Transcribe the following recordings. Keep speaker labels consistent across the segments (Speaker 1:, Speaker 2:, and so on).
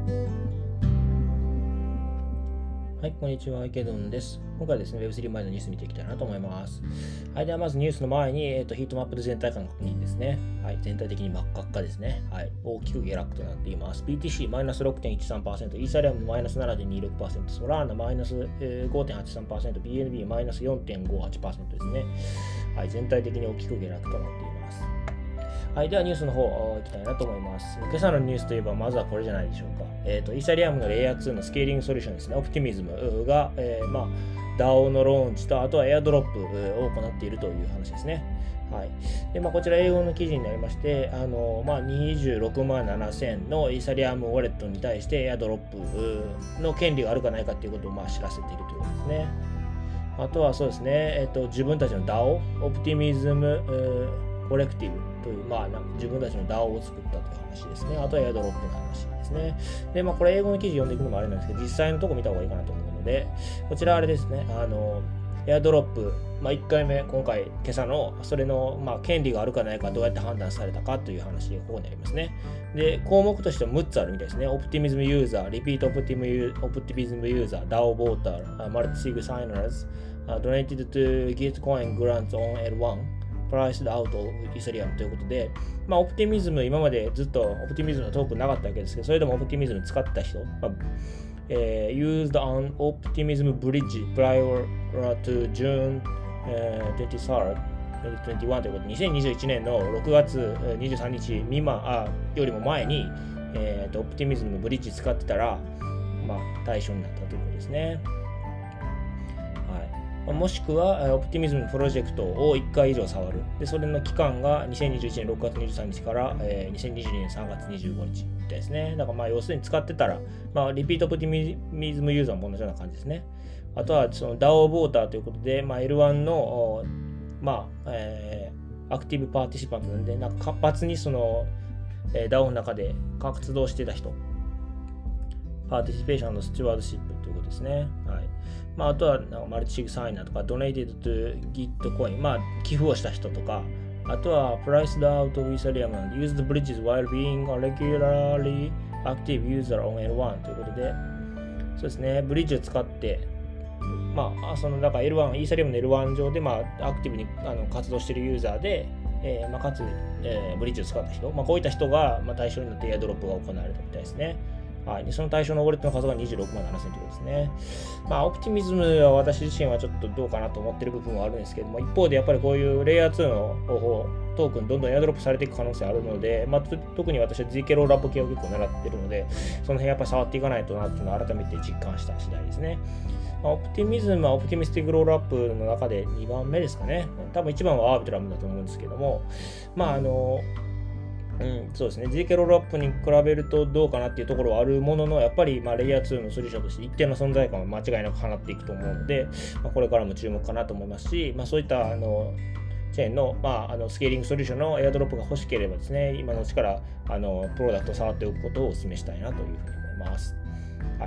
Speaker 1: はい、こんにちは、池丼です。今回はですね、Web3 前のニュース見ていきたいなと思います。はい、ではまずニュースの前に、ヒートマップで全体感の確認ですね。はい、全体的に真っ赤っかですね。はい、大きく下落となっています。BTC マイナス 6.13%、イーサリアムマイナス 7.26%、ソラーナマイナス 5.83%、BNB マイナス 4.58% ですね。はい、全体的に大きく下落となっています。はい、ではニュースの方行きたいなと思います。今朝のニュースといえばまずはこれじゃないでしょうか。イーサリアムのレイヤー2のスケーリングソリューションですね、オプティミズムが、DAO のローンチと、あとはエアドロップを行っているという話ですね。はい。で、こちら英語の記事になりまして、26万7000のイーサリアムウォレットに対してエアドロップの権利があるかないかということを知らせているということですね。あとはそうですね、自分たちの DAO、オプティミズムコレクティブという、自分たちの DAO を作ったという話ですね。あとはエアドロップの話ですね。で、これ英語の記事読んでいくのもあれなんですけど、実際のとこ見た方がいいかなと思うので、こちらあれですね、エアドロップ、1回目、今朝の、それの、権利があるかないかどうやって判断されたかという話がここにありますね。で、項目としては6つあるみたいですね。オプティミズムユーザー、リピートオプティミズムユーザー、DAO ボーター、マルチシグサイナーズ、donated to Gitcoin grants on L1、プライスドアウトイーサリアムということで、オプティミズム、今までずっとオプティミズムのトークンなかったわけですけど、それでもオプティミズム使った人、used on Optimism Bridge prior to June 23rd 2021ということで、2021年の6月23日よりも前に、オプティミズムのブリッジ使ってたら、対象になったということですね。もしくは、オプティミズムプロジェクトを1回以上触る。で、それの期間が2021年6月23日から、2022年3月25日みたいですね。だから要するに使ってたら、リピートオプティミズムユーザーも同じような感じですね。あとは、その DAO ボーターということで、L1 の、アクティブパーティシパントなんで、活発にその、DAO の中で活動してた人。パーティシペーションのスチュワードシップということですね。はい。あとはマルチシグサイナーとか、donated to Gitcoin、寄付をした人とか、あとは priced out of Ethereum and used bridges while being a regularly active user on L1 ということで、そうですね、ブリッジを使って、だからL1、イーサリアムの L1 上で、アクティブに活動しているユーザーで、かつ、ブリッジを使った人、こういった人が、対象になってエアドロップが行われたみたいですね。はい、でその対象のウォレットの数が26万7000ということですね。オプティミズムは私自身はちょっとどうかなと思っている部分はあるんですけども、一方でやっぱりこういうレイヤー2のトークンどんどんエアドロップされていく可能性あるので、特に私は ZK ロールアップ系を結構狙っているので、その辺やっぱり触っていかないとなっていうのを改めて実感した次第ですね。オプティミズムはオプティミスティックロールアップの中で2番目ですかね。多分1番はアービトラムだと思うんですけども、そうですね。ZK ロールアップに比べるとどうかなっていうところはあるものの、やっぱりレイヤー2のソリューションとして一定の存在感は間違いなく放っていくと思うので、これからも注目かなと思いますし、そういったチェーンの、スケーリングソリューションのエアドロップが欲しければですね、今のうちからプロダクトを触っておくことをお勧めしたいなというふうに思います。はい。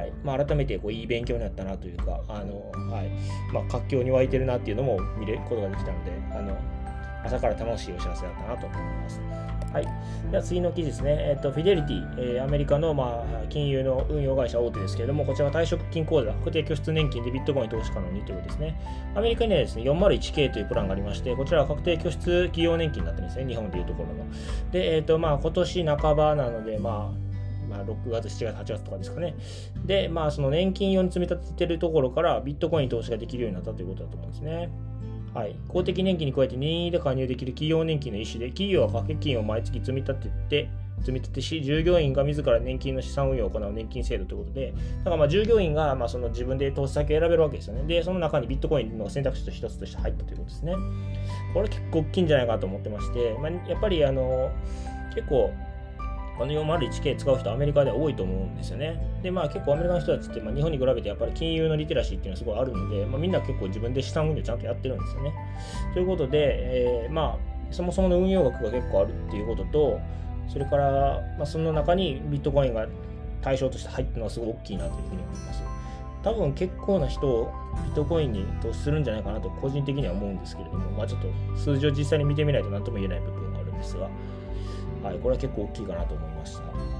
Speaker 1: 改めていい勉強になったなというか、活況に湧いてるなっていうのも見ることができたので、朝から楽しいお知らせだったなと思います。はい。では次の記事ですね。フィデリティ、アメリカの、金融の運用会社大手ですけれども、こちらは退職金口座、確定拠出年金でビットコイン投資可能にということですね。アメリカにはですね、401K というプランがありまして、こちらは確定拠出企業年金になってるんですね。日本でいうところの。で、今年半ばなので、6月、7月、8月とかですかね。で、その年金用に積み立ててるところからビットコイン投資ができるようになったということだと思うんですね。はい、公的年金に加えて任意で加入できる企業年金の一種で、企業は掛け金を毎月積み立てし、従業員が自ら年金の資産運用を行う年金制度ということで、だから従業員がその自分で投資先を選べるわけですよね。で、その中にビットコインの選択肢と一つとして入ったということですね。これ結構大きいんじゃないかと思ってまして、やっぱり結構、この 401K 使う人はアメリカでは多いと思うんですよね。で、結構アメリカの人たちって、日本に比べてやっぱり金融のリテラシーっていうのはすごいあるので、みんな結構自分で資産運用ちゃんとやってるんですよね。ということで、そもそもの運用額が結構あるっていうことと、それから、その中にビットコインが対象として入ってるのはすごい大きいなというふうに思います。多分結構な人をビットコインに投資するんじゃないかなと個人的には思うんですけれども、ちょっと数字を実際に見てみないと何とも言えない部分があるんですが、はい、これは結構大きいかなと思いました。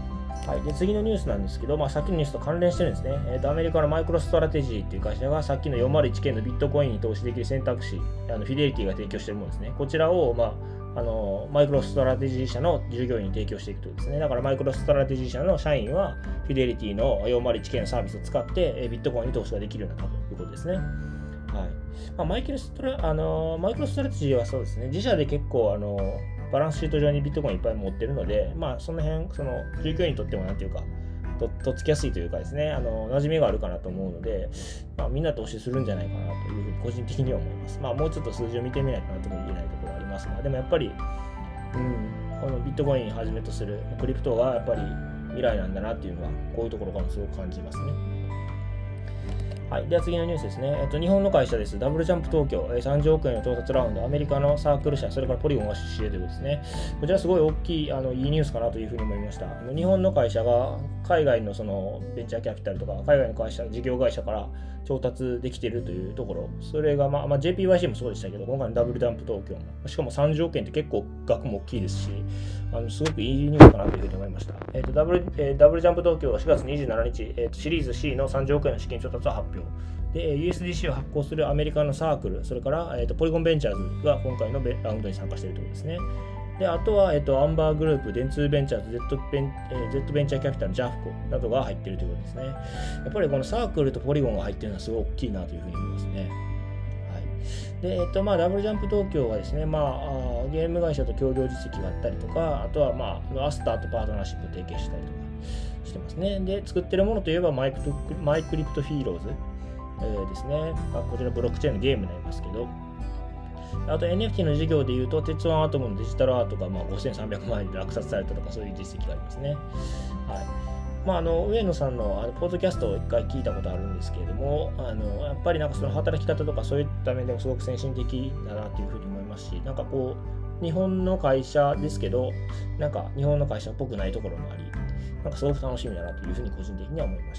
Speaker 1: はい、で次のニュースなんですけど、さっきのニュースと関連してるんですね。アメリカのマイクロストラテジーっていう会社がさっきの401Kのビットコインに投資できる選択肢、フィデリティが提供しているものですね。こちらを、マイクロストラテジー社の従業員に提供していくということですね。だからマイクロストラテジー社の社員はフィデリティの 401K のサービスを使ってビットコインに投資ができるようになったということですね。はい。マイクロストラテジーはそうですね。自社で結構バランスシート上にビットコインいっぱい持ってるので、その辺、従業員にとってもなんていうか、とっつきやすいというかですね、馴染みがあるかなと思うので、みんな投資するんじゃないかなというふうに個人的には思います。もうちょっと数字を見てみないとなんとも言えないところはありますが、でもやっぱり、このビットコインをはじめとするクリプトがやっぱり未来なんだなっていうのは、こういうところからもすごく感じますね。はい、では次のニュースですね。日本の会社です。ダブルジャンプ東京、30億円の調達ラウンド、アメリカのサークル社、それからポリゴンが出資ということですね。こちらすごい大きいいいニュースかなというふうに思いました。日本の会社が海外のそのベンチャーキャピタルとか、海外の会社、事業会社から調達できているというところ、それが、JPYC もそうでしたけど、今回のダブルジャンプ東京も、しかも30億円って結構額も大きいですし、すごくいいニュースかなというふうに思いました。ダブルジャンプ東京は4月27日、シリーズ C の30億円の資金調達を発表。で、USDC を発行するアメリカのサークル、それから、ポリゴンベンチャーズが今回のラウンドに参加しているということですね。で、あとは、アンバーグループ、電通ベンチャーズ、Z ベンチャーキャピタル、ジャフコなどが入っているということですね。やっぱりこのサークルとポリゴンが入っているのはすごい大きいなというふうに思いますね。で、ダブルジャンプ東京はですね、ゲーム会社と協業実績があったりとか、あとは、アスターとパートナーシップを提携したりとかしてますね。で、作ってるものといえばマイクリプトフィーローズですね。こちらブロックチェーンのゲームになりますけど、あと NFT の事業でいうと、鉄腕アトムのデジタルアートが5300万円で落札されたとか、そういう実績がありますね。はい。上野さんのポッドキャストを一回聞いたことあるんですけれども、やっぱりその働き方とかそういった面でもすごく先進的だなというふうに思いますし、日本の会社ですけど、日本の会社っぽくないところもあり、すごく楽しみだなというふうに個人的には思いました。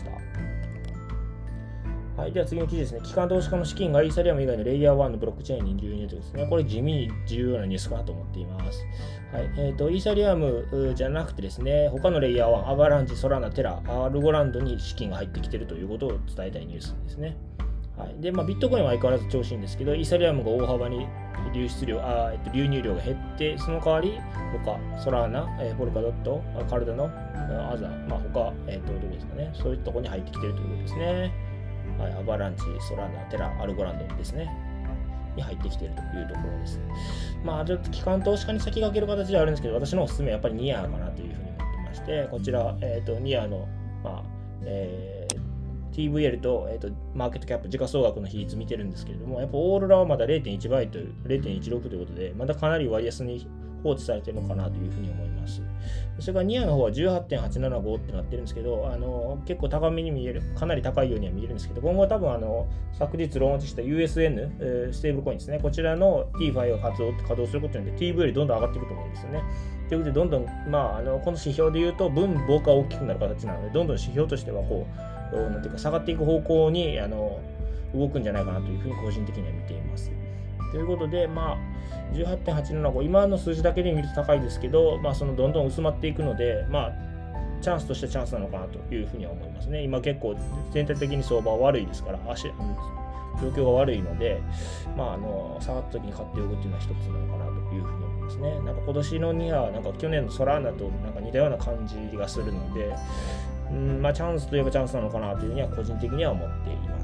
Speaker 1: はい、では次の記事ですね。機関投資家の資金がイーサリアム以外のレイヤー1のブロックチェーンに流入ということですね。これ地味に重要なニュースかなと思っています。はい、イーサリアムじゃなくてですね、他のレイヤー1、アバランチ、ソラナ、テラ、アルゴランドに資金が入ってきているということを伝えたいニュースですね。はい、で、ビットコインは相変わらず調子いいんですけど、イーサリアムが大幅に流入量が減って、その代わり、ソラーナ、ポルカドット、カルダノ、アザ、どこですかね、そういうところに入ってきているということですね。はい、アバランチ、ソラナ、テラ、アルゴランドですね。に入ってきているというところです。ちょっと機関投資家に先駆ける形ではあるんですけど、私のおすすめはやっぱりニアかなというふうに思ってまして、こちら、ニアの、TVL と、マーケットキャップ、時価総額の比率見てるんですけれども、やっぱオーロラはまだ 0.1 倍という、0.16 ということで、まだかなり割安に放置されているのかなというふうに思います。それからニアの方は 18.875 ってなってるんですけど、結構高めに見える、かなり高いようには見えるんですけど、今後は多分昨日ローンチした USN、ステーブルコインですね、こちらの TFI が稼働することによって TV よりどんどん上がっていくと思うんですよね。ということで、どんどん、この指標で言うと、分母が大きくなる形なので、どんどん指標としてはなんていうか下がっていく方向に動くんじゃないかなというふうに個人的には見ています。ということで、18.875、今の数字だけで見ると高いですけど、そのどんどん薄まっていくので、チャンスとしてチャンスなのかなというふうには思いますね。今結構全体的に相場は悪いですから、状況が悪いので、下がった時に買っておくっていうのは一つなのかなというふうに思いますね。今年のニア、去年のソラーナと似たような感じがするので、チャンスといえばチャンスなのかなというふうには個人的には思っています。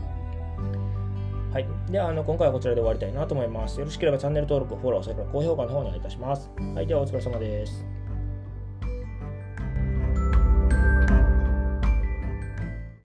Speaker 1: はい。では、今回はこちらで終わりたいなと思います。よろしければチャンネル登録、フォロー、それから高評価の方にお願いいたします。はい。では、お疲れ様です。